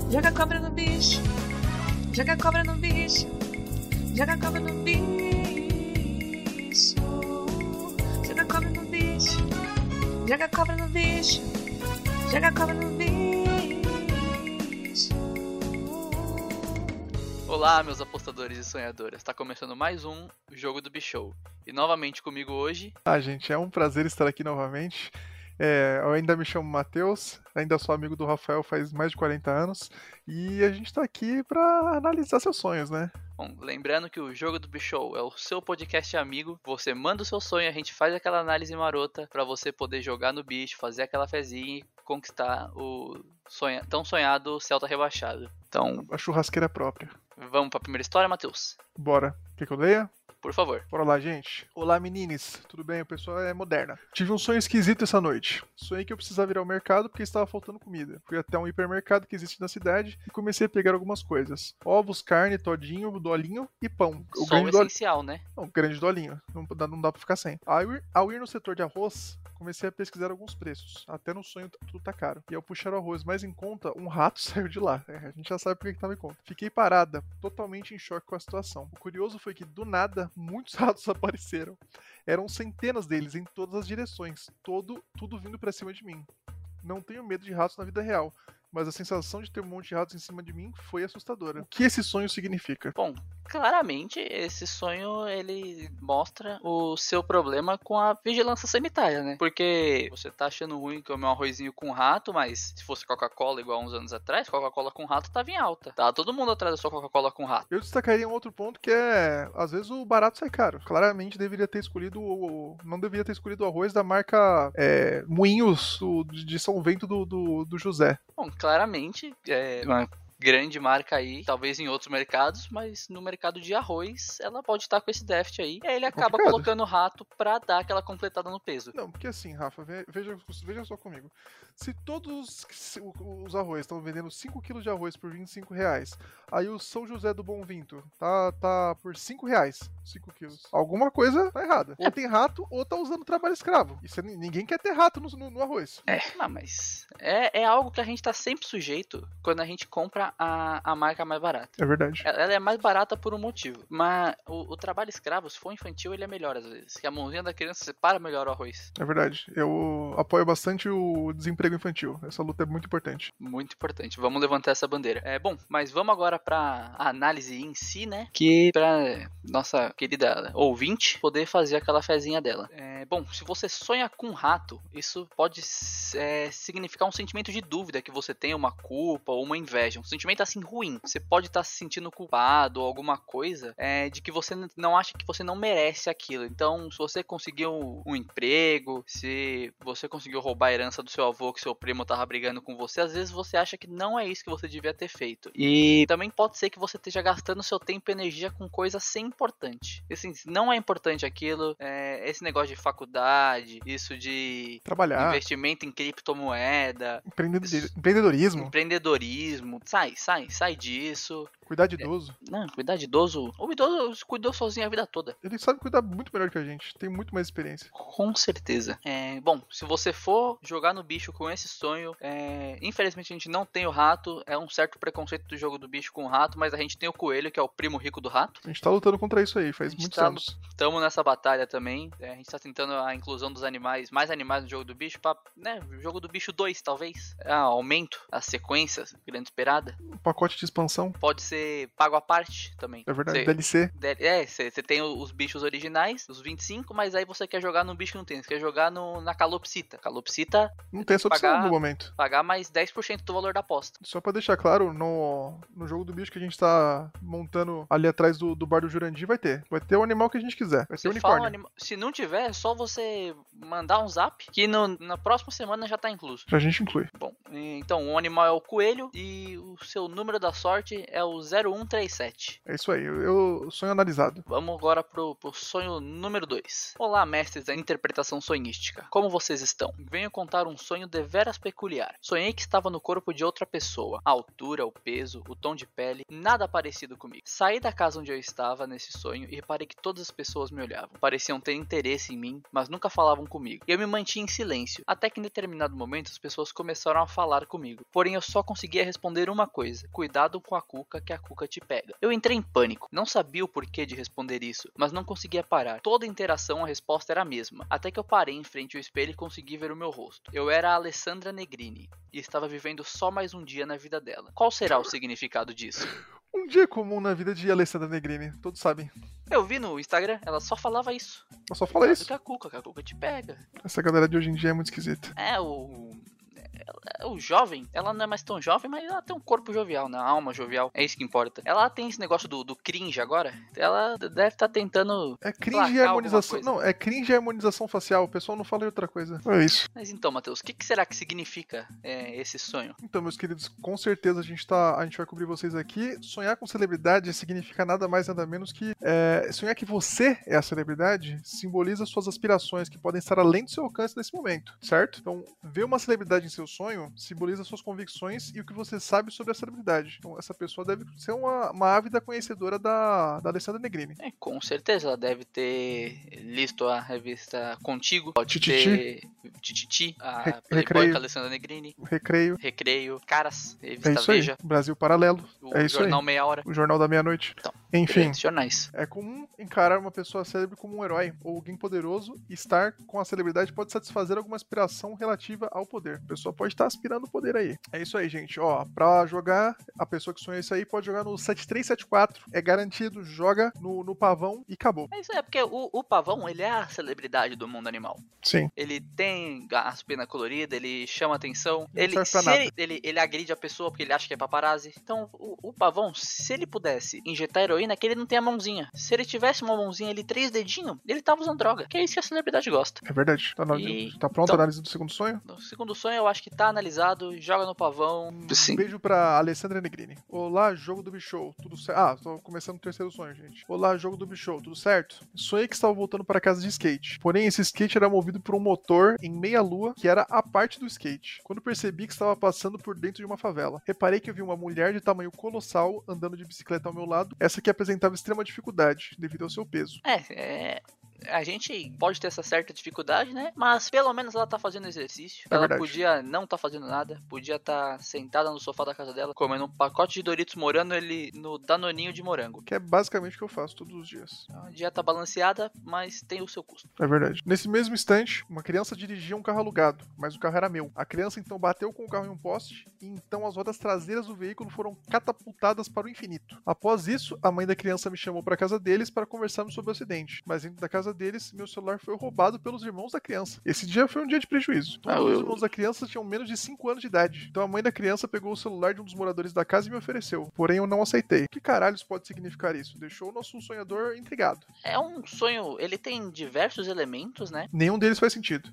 Joga a cobra no bicho. Joga a cobra no bicho. Joga a cobra no bicho. Joga a cobra no bicho. Joga a cobra no bicho. Joga a cobra no bicho. Olá, meus apostadores e sonhadoras. Está começando mais um Jogo do Bicho. E novamente comigo hoje... gente, é um prazer estar aqui novamente. Eu ainda me chamo Matheus, ainda sou amigo do Rafael faz mais de 40 anos. E a gente tá aqui pra analisar seus sonhos, né? Bom, lembrando que o Jogo do Bicho é o seu podcast amigo. Você manda o seu sonho, a gente faz aquela análise marota pra você poder jogar no bicho, fazer aquela fezinha e conquistar o tão sonhado Celta rebaixado. Então, A churrasqueira própria. vamos pra primeira história, Matheus? Bora. Quer que eu leia? Por favor. Bora lá, gente. Olá, menines. Tudo bem? O pessoal é moderna. Tive um sonho esquisito essa noite. Sonhei que eu precisava ir ao mercado porque estava faltando comida. Fui até um hipermercado que existe na cidade e comecei a pegar algumas coisas. Ovos, carne, todinho, dolinho e pão. Só o essencial, né? Não, o grande dolinho. Não dá pra ficar sem. Ao ir no setor de arroz, comecei a pesquisar alguns preços. Até no sonho tudo tá caro. E ao puxar o arroz mais em conta, um rato saiu de lá. A gente já sabe por que tava em conta. Fiquei parada, totalmente em choque com a situação. O curioso foi que, do nada, muitos ratos apareceram. Eram centenas deles em todas as direções. Tudo vindo pra cima de mim. Não tenho medo de ratos na vida real, mas a sensação de ter um monte de ratos em cima de mim foi assustadora. O que esse sonho significa? Bom, claramente esse sonho ele mostra o seu problema com a vigilância sanitária, né? Porque você tá achando ruim comer um arrozinho com rato, mas se fosse Coca-Cola igual uns anos atrás, Coca-Cola com rato tava em alta. Tá todo mundo atrás da sua Coca-Cola com rato. Eu destacaria um outro ponto que é, às vezes o barato sai caro. Claramente deveria ter escolhido não deveria ter escolhido o arroz da marca Moinhos de São Vento do José. Bom, claramente é uma grande marca aí, talvez em outros mercados, mas no mercado de arroz ela pode estar com esse déficit aí. E aí ele acaba colocando rato pra dar aquela completada no peso. Não, porque assim, Rafa, veja só comigo. Se todos os arroz estão vendendo 5 kg de arroz por R$25, aí o São José do Bom Vinto tá por R$5, 5 quilos. Alguma coisa tá errada. Ou tem rato, ou tá usando trabalho escravo. Ninguém quer ter rato no arroz. Mas é algo que a gente tá sempre sujeito quando a gente compra a marca mais barata. É verdade. Ela é mais barata por um motivo. Mas o trabalho escravo, se for infantil, ele é melhor às vezes. Que a mãozinha da criança separa melhor o arroz. É verdade. Eu apoio bastante o desemprego infantil. Essa luta é muito importante. Muito importante. Vamos levantar essa bandeira. Bom, mas vamos agora pra análise em si, né? Que pra nossa querida ouvinte poder fazer aquela fezinha dela. Bom, se você sonha com um rato, isso pode significar um sentimento de dúvida que você tem, uma culpa ou uma inveja. Um sentimento assim ruim. Você pode estar se sentindo culpado ou alguma coisa de que você não acha que você não merece aquilo. Então, se você conseguiu um emprego, se você conseguiu roubar a herança do seu avô que seu primo tava brigando com você, às vezes você acha que não é isso que você devia ter feito. E também pode ser que você esteja gastando seu tempo e energia com coisa sem importante. Assim, não é importante aquilo, esse negócio de faculdade, isso de trabalhar, investimento em criptomoeda, empreendedorismo. Sai disso. Cuidar de idoso. Não, cuidar de idoso. O idoso cuidou sozinho a vida toda. Ele sabe cuidar muito melhor que a gente. Tem muito mais experiência. Com certeza. Bom, se você for jogar no bicho com esse sonho, infelizmente a gente não tem o rato. É um certo preconceito do jogo do bicho com o rato, mas a gente tem o coelho, que é o primo rico do rato. A gente tá lutando contra isso aí, faz muitos anos. Estamos nessa batalha também. A gente tá tentando a inclusão dos animais, mais animais no jogo do bicho, pra, jogo do bicho 2, talvez. Aumento, as sequências, grande esperada. Um pacote de expansão. Pode ser pago à parte também. É verdade, DLC. Você tem os bichos originais, os 25, mas aí você quer jogar no bicho que não tem. Você quer jogar na Calopsita. Calopsita não tem essa opção no momento. Pagar mais 10% do valor da aposta. Só pra deixar claro, no jogo do bicho que a gente tá montando ali atrás do bar do Jurandir, vai ter o animal que a gente quiser. Vai ser unicórnio. Se não tiver, é só você mandar um zap que na próxima semana já tá incluso. A gente inclui. Bom, então o animal é o coelho e o seu número da sorte é o 0137. É isso aí, eu sonho analisado. Vamos agora pro sonho número 2. Olá, mestres da interpretação sonhística. Como vocês estão? Venho contar um sonho deveras peculiar. Sonhei que estava no corpo de outra pessoa. A altura, o peso, o tom de pele, nada parecido comigo. Saí da casa onde eu estava nesse sonho e reparei que todas as pessoas me olhavam. Pareciam ter interesse em mim, mas nunca falavam comigo. E eu me mantinha em silêncio, até que em determinado momento as pessoas começaram a falar comigo. Porém, eu só conseguia responder uma coisa. Cuidado com a cuca que a cuca te pega. Eu entrei em pânico. Não sabia o porquê de responder isso, mas não conseguia parar. Toda interação a resposta era a mesma. Até que eu parei em frente ao espelho e consegui ver o meu rosto. Eu era a Alessandra Negrini e estava vivendo só mais um dia na vida dela. Qual será o significado disso? Um dia comum na vida de Alessandra Negrini, todos sabem. Eu vi no Instagram, ela só falava isso. Ela só fala isso. Que a cuca te pega. Essa galera de hoje em dia é muito esquisita. O jovem, ela não é mais tão jovem, mas ela tem um corpo jovial, né? A alma jovial, é isso que importa. Ela tem esse negócio do cringe agora. Ela deve estar tentando. É cringe e harmonização. Não, é cringe e harmonização facial. O pessoal não fala em outra coisa. É isso. Mas então, Matheus, o que será que significa esse sonho? Então, meus queridos, com certeza a gente vai cobrir vocês aqui. Sonhar com celebridade significa nada mais, nada menos que sonhar que você é a celebridade simboliza suas aspirações que podem estar além do seu alcance nesse momento, certo? Então, ver uma celebridade em seu sonho simboliza suas convicções e o que você sabe sobre a celebridade. Então, essa pessoa deve ser uma ávida conhecedora da Alessandra Negrini. Com certeza, ela deve ter listo a revista Contigo, pode Tititi. ter Tititi, a Recreio. Playboy com a Alessandra Negrini, Recreio, Caras, é revista isso Veja, aí. Brasil Paralelo, é isso Jornal aí. Meia Hora. O Jornal da Meia-Noite. Então, enfim, grandes jornais. é comum encarar uma pessoa célebre como um herói ou alguém poderoso e estar com a celebridade pode satisfazer alguma aspiração relativa ao poder. A pessoa pode estar aspirando o poder aí. É isso aí, gente. Ó, pra jogar, a pessoa que sonha isso aí pode jogar no 7374. É garantido, joga no pavão e acabou. É isso aí, porque o pavão, ele é a celebridade do mundo animal. Sim. Ele tem as penas coloridas, ele chama atenção. Não serve pra nada. Ele agride a pessoa porque ele acha que é paparazzi. Então, o pavão, se ele pudesse injetar heroína, é que ele não tem a mãozinha. Se ele tivesse uma mãozinha ali, 3 dedinhos, ele tava usando droga. Que é isso que a celebridade gosta. É verdade. Tá pronto a análise do segundo sonho? No segundo sonho, eu acho que tá analisado. Joga no pavão. Sim. Beijo pra Alessandra Negrini. Olá, jogo do Bichou, tudo certo? Tô começando o terceiro sonho, gente. Olá, jogo do Bichou, tudo certo? Sonhei que estava voltando para casa de skate. Porém, esse skate era movido por um motor em meia-lua, que era a parte do skate. Quando percebi que estava passando por dentro de uma favela, reparei que eu vi uma mulher de tamanho colossal andando de bicicleta ao meu lado, essa que apresentava extrema dificuldade, devido ao seu peso. A gente pode ter essa certa dificuldade, né? Mas pelo menos ela tá fazendo exercício. É ela verdade. podia não tá fazendo nada. Podia estar sentada no sofá da casa dela, comendo um pacote de Doritos morando ele no danoninho de morango. Que é basicamente o que eu faço todos os dias. É uma dieta balanceada, mas tem o seu custo. É verdade. Nesse mesmo instante, uma criança dirigia um carro alugado, mas o carro era meu. A criança então bateu com o carro em um poste e então as rodas traseiras do veículo foram catapultadas para o infinito. Após isso, a mãe da criança me chamou para a casa deles para conversarmos sobre o acidente. Mas dentro da casa deles, meu celular foi roubado pelos irmãos da criança. Esse dia foi um dia de prejuízo. Todos os irmãos da criança tinham menos de 5 anos de idade. Então a mãe da criança pegou o celular de um dos moradores da casa e me ofereceu. Porém, eu não aceitei. O que caralhos pode significar isso? Deixou o nosso sonhador intrigado. É um sonho, ele tem diversos elementos, né? Nenhum deles faz sentido.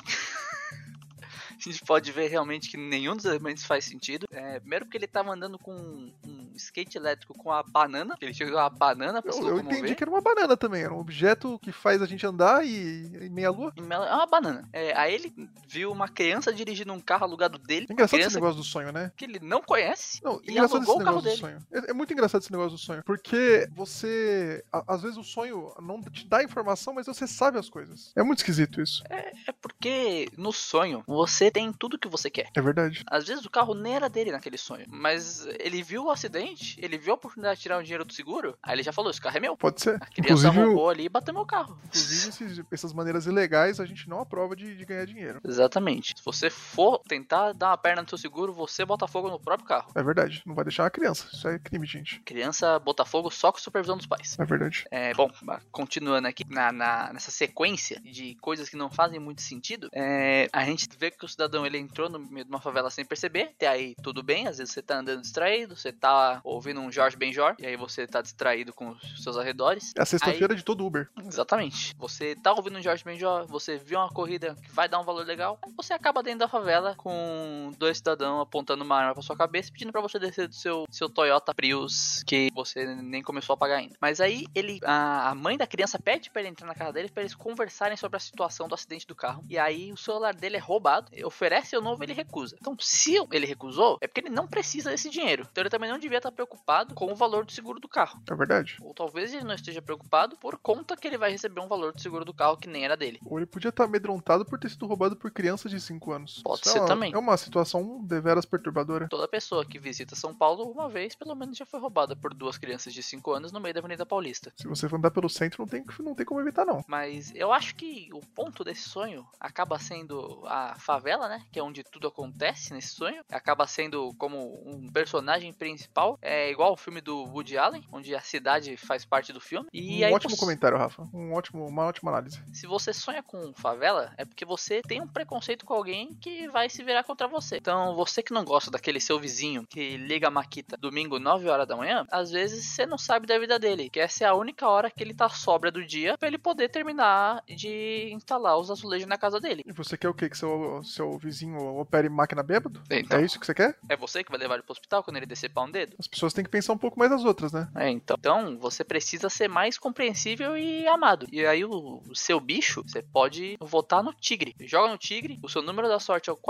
A gente pode ver realmente que nenhum dos elementos faz sentido. Primeiro porque ele tava andando com um skate elétrico com a banana. Ele chegou a banana pra se Eu locomover. entendi que era uma banana também. Era um objeto que faz a gente andar e meia-lua. É uma banana. Aí ele viu uma criança dirigindo um carro alugado dele. É engraçado criança esse negócio do sonho, né? que ele não conhece. Não, E engraçado esse alugou o carro negócio do dele. sonho. É muito engraçado esse negócio do sonho. Porque você. Às vezes o sonho não te dá informação, mas você sabe as coisas. É muito esquisito isso. É porque no sonho você tem tudo que você quer. É verdade. Às vezes o carro nem era dele naquele sonho, mas ele viu o acidente, ele viu a oportunidade de tirar o dinheiro do seguro, aí ele já falou, esse carro é meu. Pode ser. A criança Inclusive, roubou ali e bateu meu carro. essas maneiras ilegais a gente não aprova de ganhar dinheiro. Exatamente. Se você for tentar dar uma perna no seu seguro, você bota fogo no próprio carro. É verdade. Não vai deixar uma criança. Isso é crime, gente. Criança bota fogo só com supervisão dos pais. É verdade. Bom, continuando aqui, nessa sequência de coisas que não fazem muito sentido, a gente vê que o cidadão ele entrou no meio de uma favela sem perceber, até aí tudo bem, às vezes você tá andando distraído, você tá ouvindo um Jorge Benjor, e aí você tá distraído com os seus arredores. É a sexta-feira de todo Uber. Exatamente. Você tá ouvindo um Jorge Benjor, você viu uma corrida que vai dar um valor legal, aí você acaba dentro da favela com 2 cidadãos apontando uma arma pra sua cabeça, pedindo pra você descer do seu Toyota Prius, que você nem começou a pagar ainda. Mas aí a mãe da criança pede pra ele entrar na casa dele pra eles conversarem sobre a situação do acidente do carro. E aí o celular dele é roubado, oferece o novo, ele recusa. Então, se ele recusou, é porque ele não precisa desse dinheiro. Então ele também não devia estar estar preocupado com o valor do seguro do carro. É verdade. Ou talvez ele não esteja preocupado por conta que ele vai receber um valor do seguro do carro que nem era dele. Ou ele podia estar amedrontado por ter sido roubado por crianças de 5 anos. Pode Isso ser também. É uma situação deveras perturbadora. Toda pessoa que visita São Paulo uma vez, pelo menos já foi roubada por 2 crianças de 5 anos no meio da Avenida Paulista. Se você for andar pelo centro, não tem como evitar, não. Mas eu acho que o ponto desse sonho acaba sendo a favela, né? Que é onde tudo acontece nesse sonho. Acaba sendo como um personagem principal. É igual o filme do Woody Allen, onde a cidade faz parte do filme. E Um aí ótimo comentário, Rafa. Uma ótima análise. Se você sonha com favela, é porque você tem um preconceito com alguém que vai se virar contra você. Então, você que não gosta daquele seu vizinho que liga a maquita domingo 9 horas da manhã, às vezes você não sabe da vida dele, que essa é a única hora que ele tá sóbria do dia pra ele poder terminar de instalar os azulejos na casa dele. E você quer o quê? Que seu vizinho opere máquina bêbado? Então, É isso que você quer? é você que vai levar ele pro hospital quando ele decepar um dedo? As pessoas têm que pensar um pouco mais nas outras, né? Então você precisa ser mais compreensível e amado. E aí o seu bicho, você pode votar no tigre. Joga no tigre, o seu número da sorte é o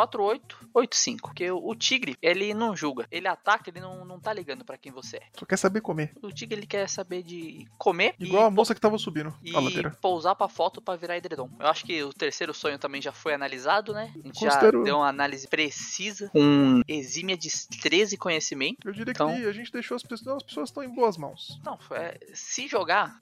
4885. Porque o tigre, ele não julga. Ele ataca, ele não tá ligando pra quem você é. Só quer saber comer. O tigre, ele quer saber de comer Igual a moça que tava subindo a e ladeira. pousar pra foto pra virar edredom. Eu acho que o terceiro sonho também já foi analisado, né? A gente Considero- já deu uma análise precisa, com exímia destreza e conhecimento. Eu diria Então- que a gente deixou as pessoas estão em boas mãos. Não, se jogar,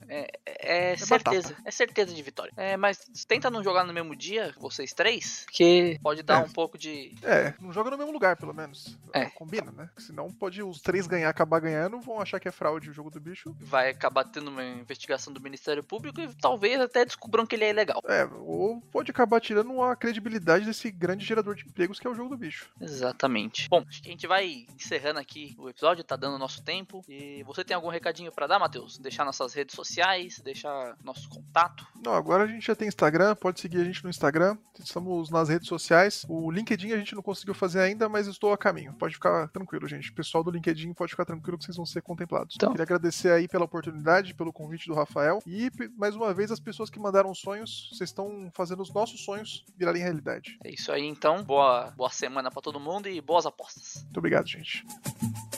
é certeza. batata. É certeza de vitória. Mas tenta não jogar no mesmo dia, vocês três, porque pode dar um pouco de... Não joga no mesmo lugar, pelo menos. Combina, né? Senão pode os três acabar ganhando, vão achar que é fraude o jogo do bicho. Vai acabar tendo uma investigação do Ministério Público e talvez até descubram que ele é ilegal. Ou pode acabar tirando a credibilidade desse grande gerador de empregos que é o jogo do bicho. Exatamente. Bom, acho que a gente vai encerrando aqui o episódio, tá dando nosso tempo. E você tem algum recadinho pra dar, Matheus? Deixar nossas redes sociais, deixar nosso contato? Não, agora a gente já tem Instagram, pode seguir a gente no Instagram. Estamos nas redes sociais. O LinkedIn a gente não conseguiu fazer ainda, mas estou a caminho. Pode ficar tranquilo, gente. O pessoal do LinkedIn pode ficar tranquilo que vocês vão ser contemplados. Então. Queria agradecer aí pela oportunidade, pelo convite do Rafael. E, mais uma vez, as pessoas que mandaram sonhos, vocês estão fazendo os nossos sonhos virarem realidade. É isso aí, então. Boa semana pra todo mundo e boas apostas. Muito obrigado, gente.